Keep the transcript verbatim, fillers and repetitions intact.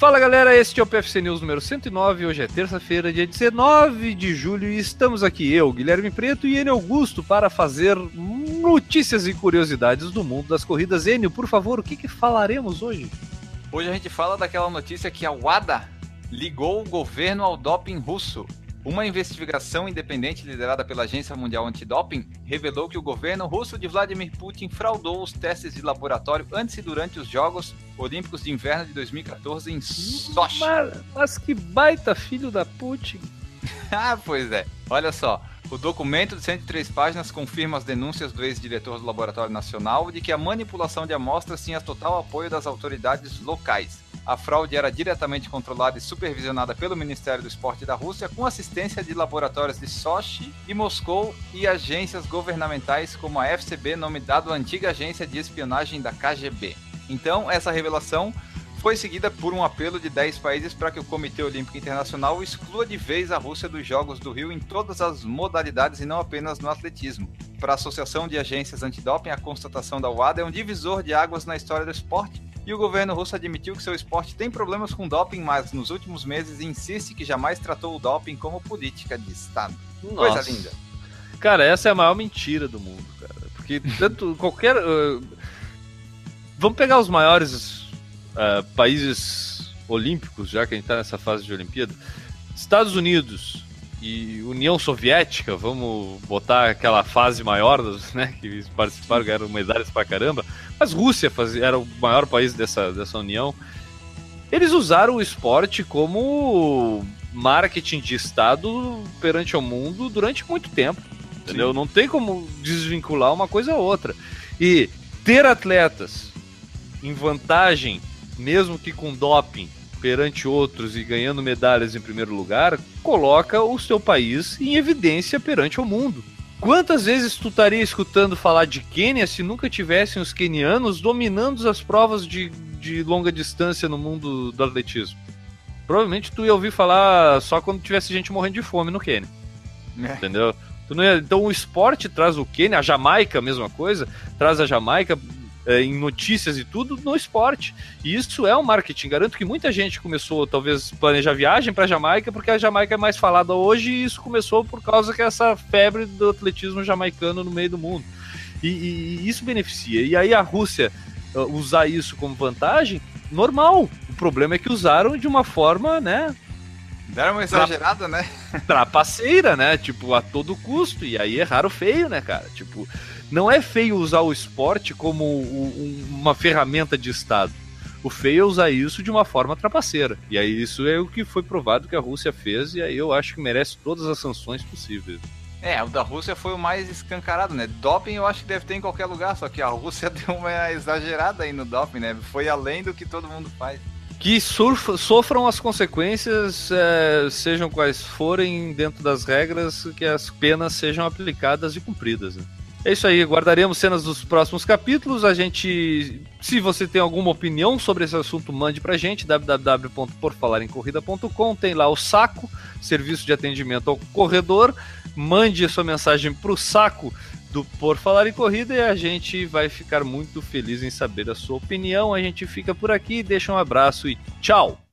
Fala galera, este é o P F C News número cento e nove, hoje é terça-feira, dia dezenove de julho e estamos aqui eu, Guilherme Preto e Enio Augusto para fazer notícias e curiosidades do mundo das corridas. Enio, por favor, o que, que falaremos hoje? Hoje a gente fala daquela notícia que a WADA ligou o governo ao doping russo. Uma investigação independente liderada pela Agência Mundial Antidoping revelou que o governo russo de Vladimir Putin fraudou os testes de laboratório antes e durante os Jogos Olímpicos de Inverno de dois mil e quatorze em Sochi. Mas, mas que baita filho da Putin! Ah, pois é. Olha só, o documento de cento e três páginas confirma as denúncias do ex-diretor do Laboratório Nacional de que a manipulação de amostras tinha total apoio das autoridades locais. A fraude era diretamente controlada e supervisionada pelo Ministério do Esporte da Rússia, com assistência de laboratórios de Sochi e Moscou e agências governamentais como a F C B, nome dado à antiga agência de espionagem da K G B. Então, essa revelação foi seguida por um apelo de dez países para que o Comitê Olímpico Internacional exclua de vez a Rússia dos Jogos do Rio em todas as modalidades e não apenas no atletismo. Para a Associação de Agências Antidoping, a constatação da WADA é um divisor de águas na história do esporte. E o governo russo admitiu que seu esporte tem problemas com doping, mas nos últimos meses insiste que jamais tratou o doping como política de Estado. Nossa. Coisa linda. Cara, essa é a maior mentira do mundo, cara. Porque tanto qualquer... Uh, vamos pegar os maiores uh, países olímpicos, já que a gente tá nessa fase de Olimpíada. Estados Unidos e União Soviética, vamos botar aquela fase maior, né, que participaram, ganharam medalhas pra caramba. Mas Rússia fazia, era o maior país dessa, dessa união. Eles usaram o esporte como marketing de Estado perante o mundo durante muito tempo. Entendeu? Sim. Não tem como desvincular uma coisa a outra. E ter atletas em vantagem, mesmo que com doping, perante outros e ganhando medalhas em primeiro lugar, coloca o seu país em evidência perante o mundo. Quantas vezes tu estaria escutando falar de Quênia se nunca tivessem os quenianos dominando as provas de, de longa distância no mundo do atletismo? Provavelmente tu ia ouvir falar só quando tivesse gente morrendo de fome no Quênia. É. Entendeu? Tu não ia... Então o esporte traz o Quênia, a Jamaica, a mesma coisa, traz a Jamaica é, em notícias e tudo no esporte. E isso é um marketing. Garanto que muita gente começou, talvez, planejar viagem para a Jamaica, porque a Jamaica é mais falada hoje e isso começou por causa que essa febre do atletismo jamaicano no meio do mundo. E, e, e isso beneficia. E aí a Rússia uh, usar isso como vantagem, normal. O problema é que usaram de uma forma, né... Deram uma exagerada, né? Trapaceira, né? Tipo, a todo custo. E aí erraram feio, né, cara? Tipo, não é feio usar o esporte como um, uma ferramenta de Estado. O feio é usar isso de uma forma trapaceira. E aí isso é o que foi provado que a Rússia fez, e aí eu acho que merece todas as sanções possíveis. É, o da Rússia foi o mais escancarado, né? Doping eu acho que deve ter em qualquer lugar, só que a Rússia deu uma exagerada aí no doping, né? Foi além do que todo mundo faz. Que surf, sofram as consequências, é, sejam quais forem, dentro das regras, que as penas sejam aplicadas e cumpridas, né? É isso aí, guardaremos cenas dos próximos capítulos. A gente, se você tem alguma opinião sobre esse assunto, mande pra gente, w w w ponto por falar em corrida ponto com. Tem lá o Saco, serviço de atendimento ao corredor. Mande a sua mensagem pro Saco do Por Falar em Corrida e a gente vai ficar muito feliz em saber a sua opinião. A gente fica por aqui, deixa um abraço e tchau!